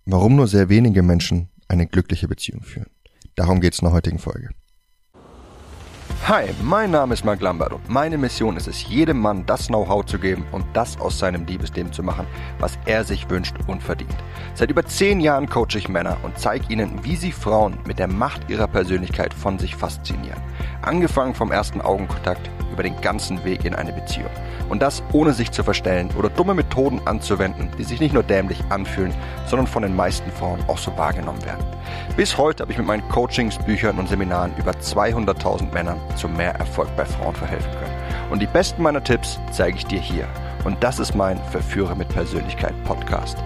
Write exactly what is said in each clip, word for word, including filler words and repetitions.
Warum nur sehr wenige Menschen eine glückliche Beziehung führen. Darum geht es in der heutigen Folge. Hi, mein Name ist Mark Lambert und meine Mission ist es, jedem Mann das Know-how zu geben und das aus seinem Liebesleben zu machen, was er sich wünscht und verdient. Seit über zehn Jahren coache ich Männer und zeige ihnen, wie sie Frauen mit der Macht ihrer Persönlichkeit von sich faszinieren. Angefangen vom ersten Augenkontakt über den ganzen Weg in eine Beziehung. Und das ohne sich zu verstellen oder dumme Methoden anzuwenden, die sich nicht nur dämlich anfühlen, sondern von den meisten Frauen auch so wahrgenommen werden. Bis heute habe ich mit meinen Coachings, Büchern und Seminaren über zweihunderttausend Männern zu mehr Erfolg bei Frauen verhelfen können. Und die besten meiner Tipps zeige ich dir hier. Und das ist mein Verführer mit Persönlichkeit Podcast.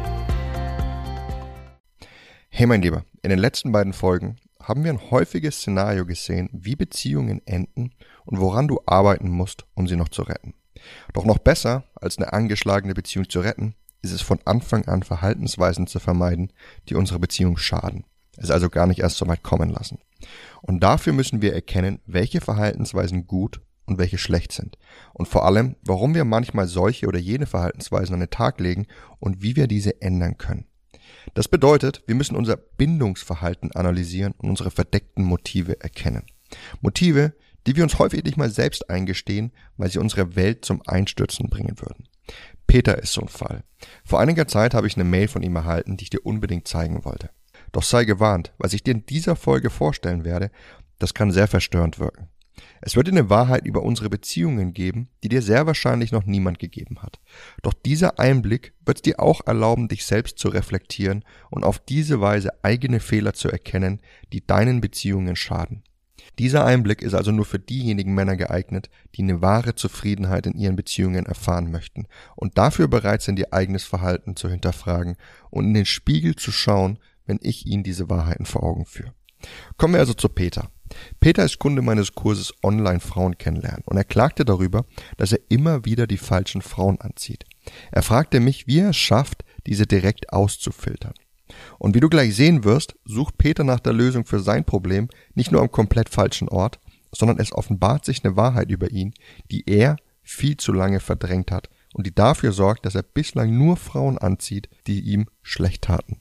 Hey mein Lieber, in den letzten beiden Folgen haben wir ein häufiges Szenario gesehen, wie Beziehungen enden und woran du arbeiten musst, um sie noch zu retten. Doch noch besser, als eine angeschlagene Beziehung zu retten, ist es von Anfang an Verhaltensweisen zu vermeiden, die unserer Beziehung schaden. Es also gar nicht erst so weit kommen lassen. Und dafür müssen wir erkennen, welche Verhaltensweisen gut und welche schlecht sind. Und vor allem, warum wir manchmal solche oder jene Verhaltensweisen an den Tag legen und wie wir diese ändern können. Das bedeutet, wir müssen unser Bindungsverhalten analysieren und unsere verdeckten Motive erkennen. Motive, die wir uns häufig nicht mal selbst eingestehen, weil sie unsere Welt zum Einstürzen bringen würden. Peter ist so ein Fall. Vor einiger Zeit habe ich eine Mail von ihm erhalten, die ich dir unbedingt zeigen wollte. Doch sei gewarnt, was ich dir in dieser Folge vorstellen werde, das kann sehr verstörend wirken. Es wird dir eine Wahrheit über unsere Beziehungen geben, die dir sehr wahrscheinlich noch niemand gegeben hat. Doch dieser Einblick wird es dir auch erlauben, dich selbst zu reflektieren und auf diese Weise eigene Fehler zu erkennen, die deinen Beziehungen schaden. Dieser Einblick ist also nur für diejenigen Männer geeignet, die eine wahre Zufriedenheit in ihren Beziehungen erfahren möchten und dafür bereit sind, ihr eigenes Verhalten zu hinterfragen und in den Spiegel zu schauen, wenn ich ihnen diese Wahrheiten vor Augen führe. Kommen wir also zu Peter. Peter ist Kunde meines Kurses Online Frauen kennenlernen und er klagte darüber, dass er immer wieder die falschen Frauen anzieht. Er fragte mich, wie er es schafft, diese direkt auszufiltern. Und wie du gleich sehen wirst, sucht Peter nach der Lösung für sein Problem nicht nur am komplett falschen Ort, sondern es offenbart sich eine Wahrheit über ihn, die er viel zu lange verdrängt hat und die dafür sorgt, dass er bislang nur Frauen anzieht, die ihm schlecht taten.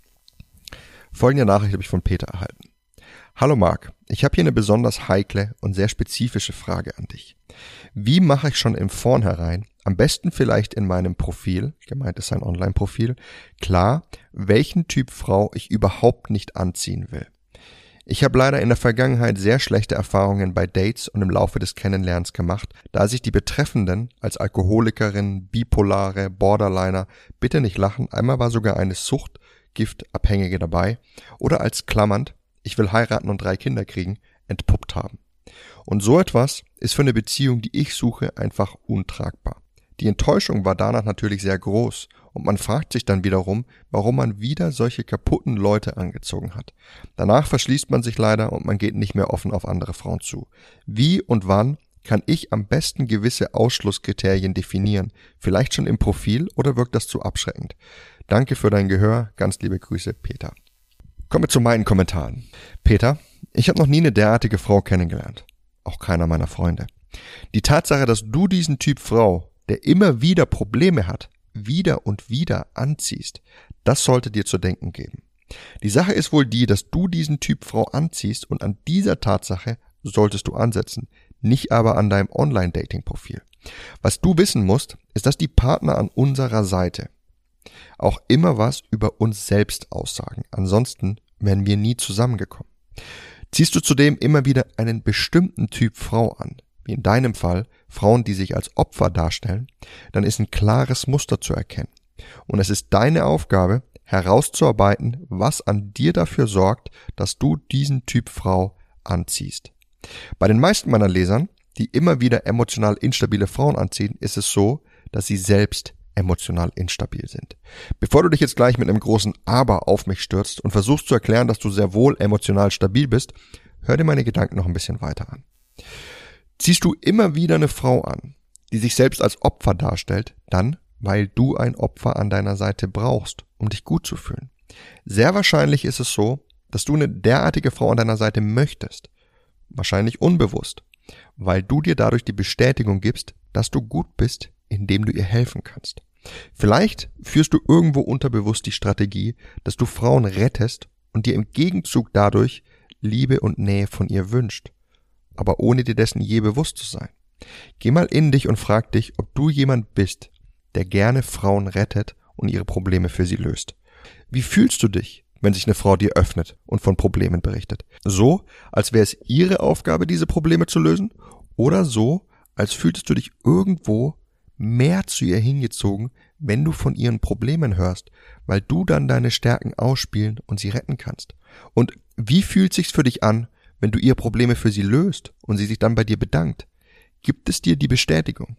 Folgende Nachricht habe ich von Peter erhalten. Hallo Marc, ich habe hier eine besonders heikle und sehr spezifische Frage an dich. Wie mache ich schon im Vornherein, am besten vielleicht in meinem Profil, gemeint ist sein Online-Profil, klar, welchen Typ Frau ich überhaupt nicht anziehen will? Ich habe leider in der Vergangenheit sehr schlechte Erfahrungen bei Dates und im Laufe des Kennenlernens gemacht, da sich die Betreffenden als Alkoholikerin, Bipolare, Borderliner, bitte nicht lachen, einmal war sogar eine Suchtgiftabhängige dabei, oder als klammernd, ich will heiraten und drei Kinder kriegen, entpuppt haben. Und so etwas ist für eine Beziehung, die ich suche, einfach untragbar. Die Enttäuschung war danach natürlich sehr groß und man fragt sich dann wiederum, warum man wieder solche kaputten Leute angezogen hat. Danach verschließt man sich leider und man geht nicht mehr offen auf andere Frauen zu. Wie und wann kann ich am besten gewisse Ausschlusskriterien definieren? Vielleicht schon im Profil oder wirkt das zu abschreckend? Danke für dein Gehör, ganz liebe Grüße, Peter. Kommen wir zu meinen Kommentaren. Peter, ich habe noch nie eine derartige Frau kennengelernt. Auch keiner meiner Freunde. Die Tatsache, dass du diesen Typ Frau, der immer wieder Probleme hat, wieder und wieder anziehst, das sollte dir zu denken geben. Die Sache ist wohl die, dass du diesen Typ Frau anziehst und an dieser Tatsache solltest du ansetzen, nicht aber an deinem Online-Dating-Profil. Was du wissen musst, ist, dass die Partner an unserer Seite auch immer was über uns selbst aussagen. Ansonsten wären wir nie zusammengekommen. Ziehst du zudem immer wieder einen bestimmten Typ Frau an, wie in deinem Fall Frauen, die sich als Opfer darstellen, dann ist ein klares Muster zu erkennen. Und es ist deine Aufgabe, herauszuarbeiten, was an dir dafür sorgt, dass du diesen Typ Frau anziehst. Bei den meisten meiner Lesern, die immer wieder emotional instabile Frauen anziehen, ist es so, dass sie selbst emotional instabil sind. Bevor du dich jetzt gleich mit einem großen Aber auf mich stürzt und versuchst zu erklären, dass du sehr wohl emotional stabil bist, hör dir meine Gedanken noch ein bisschen weiter an. Ziehst du immer wieder eine Frau an, die sich selbst als Opfer darstellt, dann, weil du ein Opfer an deiner Seite brauchst, um dich gut zu fühlen. Sehr wahrscheinlich ist es so, dass du eine derartige Frau an deiner Seite möchtest. Wahrscheinlich unbewusst, weil du dir dadurch die Bestätigung gibst, dass du gut bist, indem du ihr helfen kannst. Vielleicht führst du irgendwo unterbewusst die Strategie, dass du Frauen rettest und dir im Gegenzug dadurch Liebe und Nähe von ihr wünscht, aber ohne dir dessen je bewusst zu sein. Geh mal in dich und frag dich, ob du jemand bist, der gerne Frauen rettet und ihre Probleme für sie löst. Wie fühlst du dich, wenn sich eine Frau dir öffnet und von Problemen berichtet? So, als wäre es ihre Aufgabe, diese Probleme zu lösen? Oder so, als fühltest du dich irgendwo mehr zu ihr hingezogen, wenn du von ihren Problemen hörst, weil du dann deine Stärken ausspielen und sie retten kannst? Und wie fühlt sich's für dich an, wenn du ihre Probleme für sie löst und sie sich dann bei dir bedankt? Gibt es dir die Bestätigung?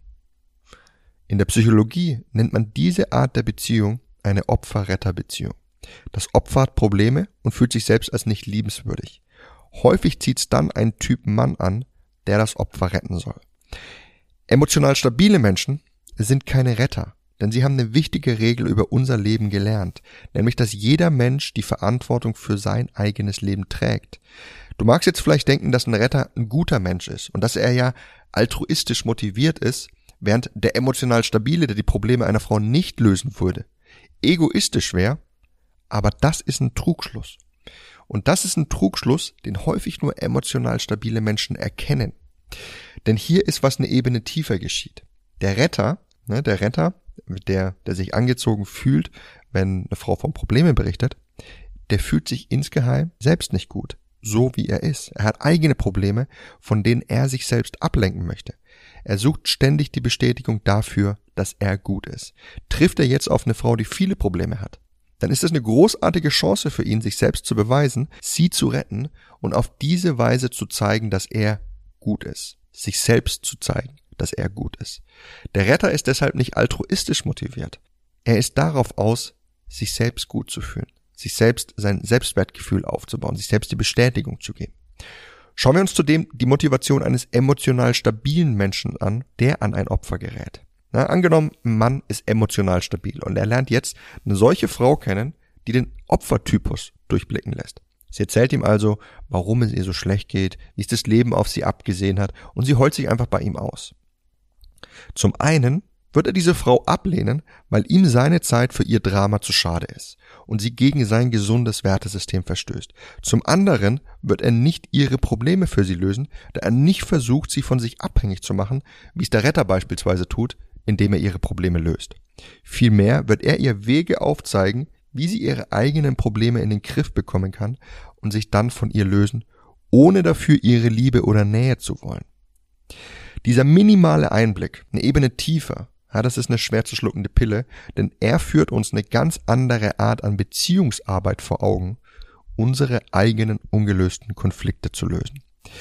In der Psychologie nennt man diese Art der Beziehung eine Opfer-Retter-Beziehung. Das Opfer hat Probleme und fühlt sich selbst als nicht liebenswürdig. Häufig zieht's dann einen Typ Mann an, der das Opfer retten soll. Emotional stabile Menschen sind keine Retter, denn sie haben eine wichtige Regel über unser Leben gelernt, nämlich dass jeder Mensch die Verantwortung für sein eigenes Leben trägt. Du magst jetzt vielleicht denken, dass ein Retter ein guter Mensch ist und dass er ja altruistisch motiviert ist, während der emotional Stabile, der die Probleme einer Frau nicht lösen würde, egoistisch wäre, aber das ist ein Trugschluss. Und das ist ein Trugschluss, den häufig nur emotional stabile Menschen erkennen. Denn hier ist was eine Ebene tiefer geschieht. Der Retter, ne, der Retter, der, der sich angezogen fühlt, wenn eine Frau von Problemen berichtet, der fühlt sich insgeheim selbst nicht gut, so wie er ist. Er hat eigene Probleme, von denen er sich selbst ablenken möchte. Er sucht ständig die Bestätigung dafür, dass er gut ist. Trifft er jetzt auf eine Frau, die viele Probleme hat, dann ist es eine großartige Chance für ihn, sich selbst zu beweisen, sie zu retten und auf diese Weise zu zeigen, dass er gut ist. Sich selbst zu zeigen, dass er gut ist. Der Retter ist deshalb nicht altruistisch motiviert. Er ist darauf aus, sich selbst gut zu fühlen, sich selbst sein Selbstwertgefühl aufzubauen, sich selbst die Bestätigung zu geben. Schauen wir uns zudem die Motivation eines emotional stabilen Menschen an, der an ein Opfer gerät. Na, angenommen, ein Mann ist emotional stabil und er lernt jetzt eine solche Frau kennen, die den Opfertypus durchblicken lässt. Sie erzählt ihm also, warum es ihr so schlecht geht, wie es das Leben auf sie abgesehen hat und sie heult sich einfach bei ihm aus. Zum einen wird er diese Frau ablehnen, weil ihm seine Zeit für ihr Drama zu schade ist und sie gegen sein gesundes Wertesystem verstößt. Zum anderen wird er nicht ihre Probleme für sie lösen, da er nicht versucht, sie von sich abhängig zu machen, wie es der Retter beispielsweise tut, indem er ihre Probleme löst. Vielmehr wird er ihr Wege aufzeigen, wie sie ihre eigenen Probleme in den Griff bekommen kann und sich dann von ihr lösen, ohne dafür ihre Liebe oder Nähe zu wollen. Dieser minimale Einblick, eine Ebene tiefer, ja, das ist eine schwer zu schluckende Pille, denn er führt uns eine ganz andere Art an Beziehungsarbeit vor Augen, unsere eigenen ungelösten Konflikte zu lösen.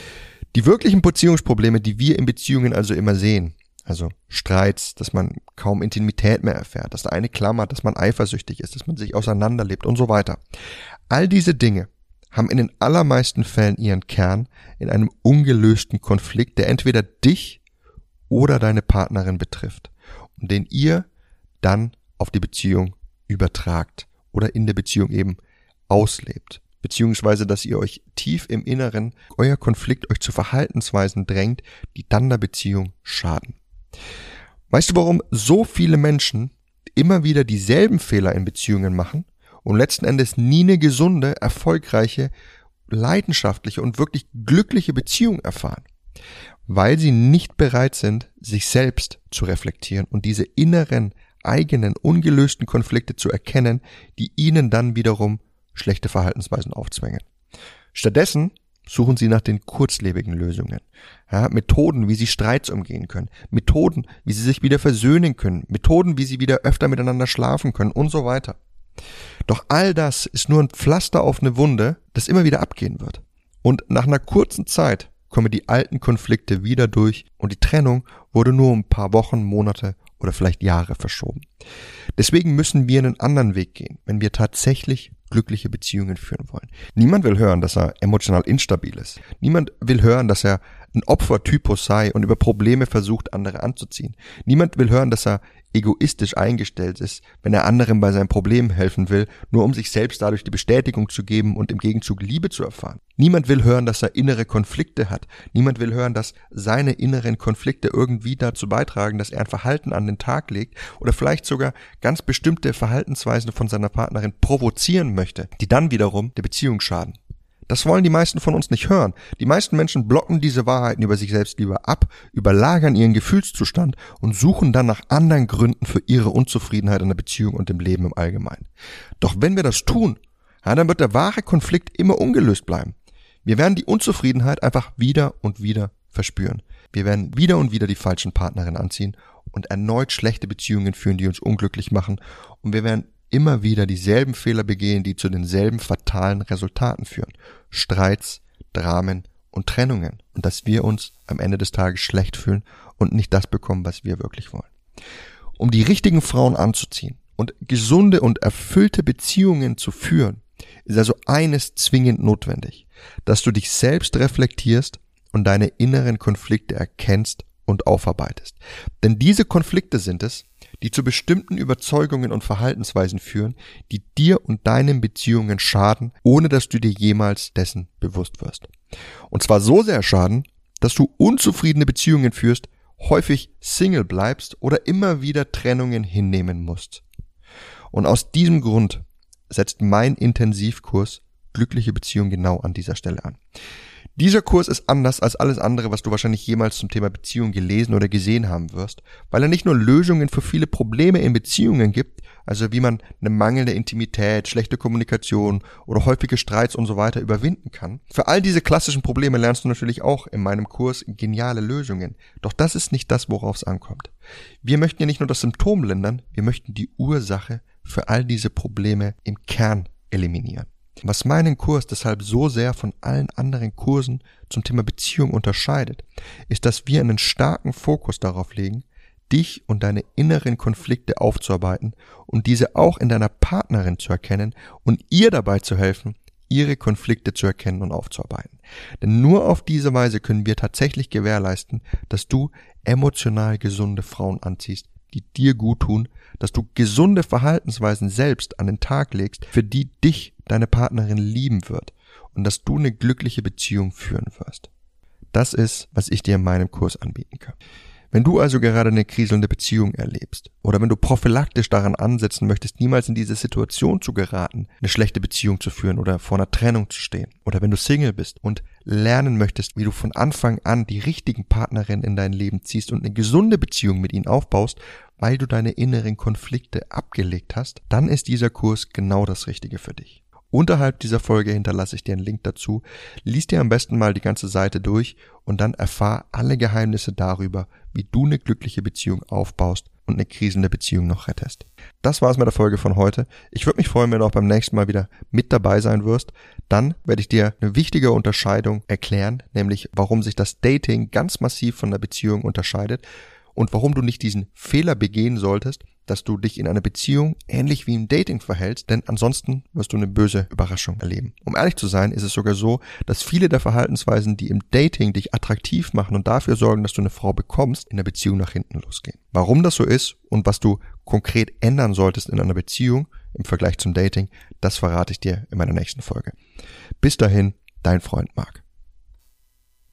Die wirklichen Beziehungsprobleme, die wir in Beziehungen also immer sehen, also Streits, dass man kaum Intimität mehr erfährt, dass der eine klammert, dass man eifersüchtig ist, dass man sich auseinanderlebt und so weiter. All diese Dinge haben in den allermeisten Fällen ihren Kern in einem ungelösten Konflikt, der entweder dich oder deine Partnerin betrifft und den ihr dann auf die Beziehung übertragt oder in der Beziehung eben auslebt. Beziehungsweise, dass ihr euch tief im Inneren, euer Konflikt euch zu Verhaltensweisen drängt, die dann der Beziehung schaden. Weißt du, warum so viele Menschen immer wieder dieselben Fehler in Beziehungen machen und letzten Endes nie eine gesunde, erfolgreiche, leidenschaftliche und wirklich glückliche Beziehung erfahren? Weil sie nicht bereit sind, sich selbst zu reflektieren und diese inneren, eigenen, ungelösten Konflikte zu erkennen, die ihnen dann wiederum schlechte Verhaltensweisen aufzwängen. Stattdessen suchen sie nach den kurzlebigen Lösungen, ja, Methoden, wie sie Streits umgehen können, Methoden, wie sie sich wieder versöhnen können, Methoden, wie sie wieder öfter miteinander schlafen können und so weiter. Doch all das ist nur ein Pflaster auf eine Wunde, das immer wieder abgehen wird. Und nach einer kurzen Zeit kommen die alten Konflikte wieder durch und die Trennung wurde nur um ein paar Wochen, Monate oder vielleicht Jahre verschoben. Deswegen müssen wir einen anderen Weg gehen, wenn wir tatsächlich glückliche Beziehungen führen wollen. Niemand will hören, dass er emotional instabil ist. Niemand will hören, dass er ein Opfertypus sei und über Probleme versucht, andere anzuziehen. Niemand will hören, dass er egoistisch eingestellt ist, wenn er anderen bei seinem Problem helfen will, nur um sich selbst dadurch die Bestätigung zu geben und im Gegenzug Liebe zu erfahren. Niemand will hören, dass er innere Konflikte hat. Niemand will hören, dass seine inneren Konflikte irgendwie dazu beitragen, dass er ein Verhalten an den Tag legt oder vielleicht sogar ganz bestimmte Verhaltensweisen von seiner Partnerin provozieren möchte, die dann wiederum der Beziehung schaden. Das wollen die meisten von uns nicht hören. Die meisten Menschen blocken diese Wahrheiten über sich selbst lieber ab, überlagern ihren Gefühlszustand und suchen dann nach anderen Gründen für ihre Unzufriedenheit in der Beziehung und im Leben im Allgemeinen. Doch wenn wir das tun, ja, dann wird der wahre Konflikt immer ungelöst bleiben. Wir werden die Unzufriedenheit einfach wieder und wieder verspüren. Wir werden wieder und wieder die falschen Partnerinnen anziehen und erneut schlechte Beziehungen führen, die uns unglücklich machen, und wir werden immer wieder dieselben Fehler begehen, die zu denselben fatalen Resultaten führen. Streits, Dramen und Trennungen. Und dass wir uns am Ende des Tages schlecht fühlen und nicht das bekommen, was wir wirklich wollen. Um die richtigen Frauen anzuziehen und gesunde und erfüllte Beziehungen zu führen, ist also eines zwingend notwendig: dass du dich selbst reflektierst und deine inneren Konflikte erkennst und aufarbeitest. Denn diese Konflikte sind es, die zu bestimmten Überzeugungen und Verhaltensweisen führen, die dir und deinen Beziehungen schaden, ohne dass du dir jemals dessen bewusst wirst. Und zwar so sehr schaden, dass du unzufriedene Beziehungen führst, häufig Single bleibst oder immer wieder Trennungen hinnehmen musst. Und aus diesem Grund setzt mein Intensivkurs Glückliche Beziehung genau an dieser Stelle an. Dieser Kurs ist anders als alles andere, was du wahrscheinlich jemals zum Thema Beziehung gelesen oder gesehen haben wirst, weil er nicht nur Lösungen für viele Probleme in Beziehungen gibt, also wie man eine mangelnde Intimität, schlechte Kommunikation oder häufige Streits und so weiter überwinden kann. Für all diese klassischen Probleme lernst du natürlich auch in meinem Kurs geniale Lösungen. Doch das ist nicht das, worauf es ankommt. Wir möchten ja nicht nur das Symptom lindern, wir möchten die Ursache für all diese Probleme im Kern eliminieren. Was meinen Kurs deshalb so sehr von allen anderen Kursen zum Thema Beziehung unterscheidet, ist, dass wir einen starken Fokus darauf legen, dich und deine inneren Konflikte aufzuarbeiten und diese auch in deiner Partnerin zu erkennen und ihr dabei zu helfen, ihre Konflikte zu erkennen und aufzuarbeiten. Denn nur auf diese Weise können wir tatsächlich gewährleisten, dass du emotional gesunde Frauen anziehst, die dir gut tun, dass du gesunde Verhaltensweisen selbst an den Tag legst, für die dich deine Partnerin lieben wird und dass du eine glückliche Beziehung führen wirst. Das ist, was ich dir in meinem Kurs anbieten kann. Wenn du also gerade eine kriselnde Beziehung erlebst oder wenn du prophylaktisch daran ansetzen möchtest, niemals in diese Situation zu geraten, eine schlechte Beziehung zu führen oder vor einer Trennung zu stehen, oder wenn du Single bist und lernen möchtest, wie du von Anfang an die richtigen Partnerinnen in dein Leben ziehst und eine gesunde Beziehung mit ihnen aufbaust, weil du deine inneren Konflikte abgelegt hast, dann ist dieser Kurs genau das Richtige für dich. Unterhalb dieser Folge hinterlasse ich dir einen Link dazu. Lies dir am besten mal die ganze Seite durch und dann erfahr alle Geheimnisse darüber, wie du eine glückliche Beziehung aufbaust und eine kriselnde Beziehung noch rettest. Das war's mit der Folge von heute. Ich würde mich freuen, wenn du auch beim nächsten Mal wieder mit dabei sein wirst. Dann werde ich dir eine wichtige Unterscheidung erklären, nämlich warum sich das Dating ganz massiv von der Beziehung unterscheidet und warum du nicht diesen Fehler begehen solltest, dass du dich in einer Beziehung ähnlich wie im Dating verhältst, denn ansonsten wirst du eine böse Überraschung erleben. Um ehrlich zu sein, ist es sogar so, dass viele der Verhaltensweisen, die im Dating dich attraktiv machen und dafür sorgen, dass du eine Frau bekommst, in der Beziehung nach hinten losgehen. Warum das so ist und was du konkret ändern solltest in einer Beziehung im Vergleich zum Dating, das verrate ich dir in meiner nächsten Folge. Bis dahin, dein Freund Marc.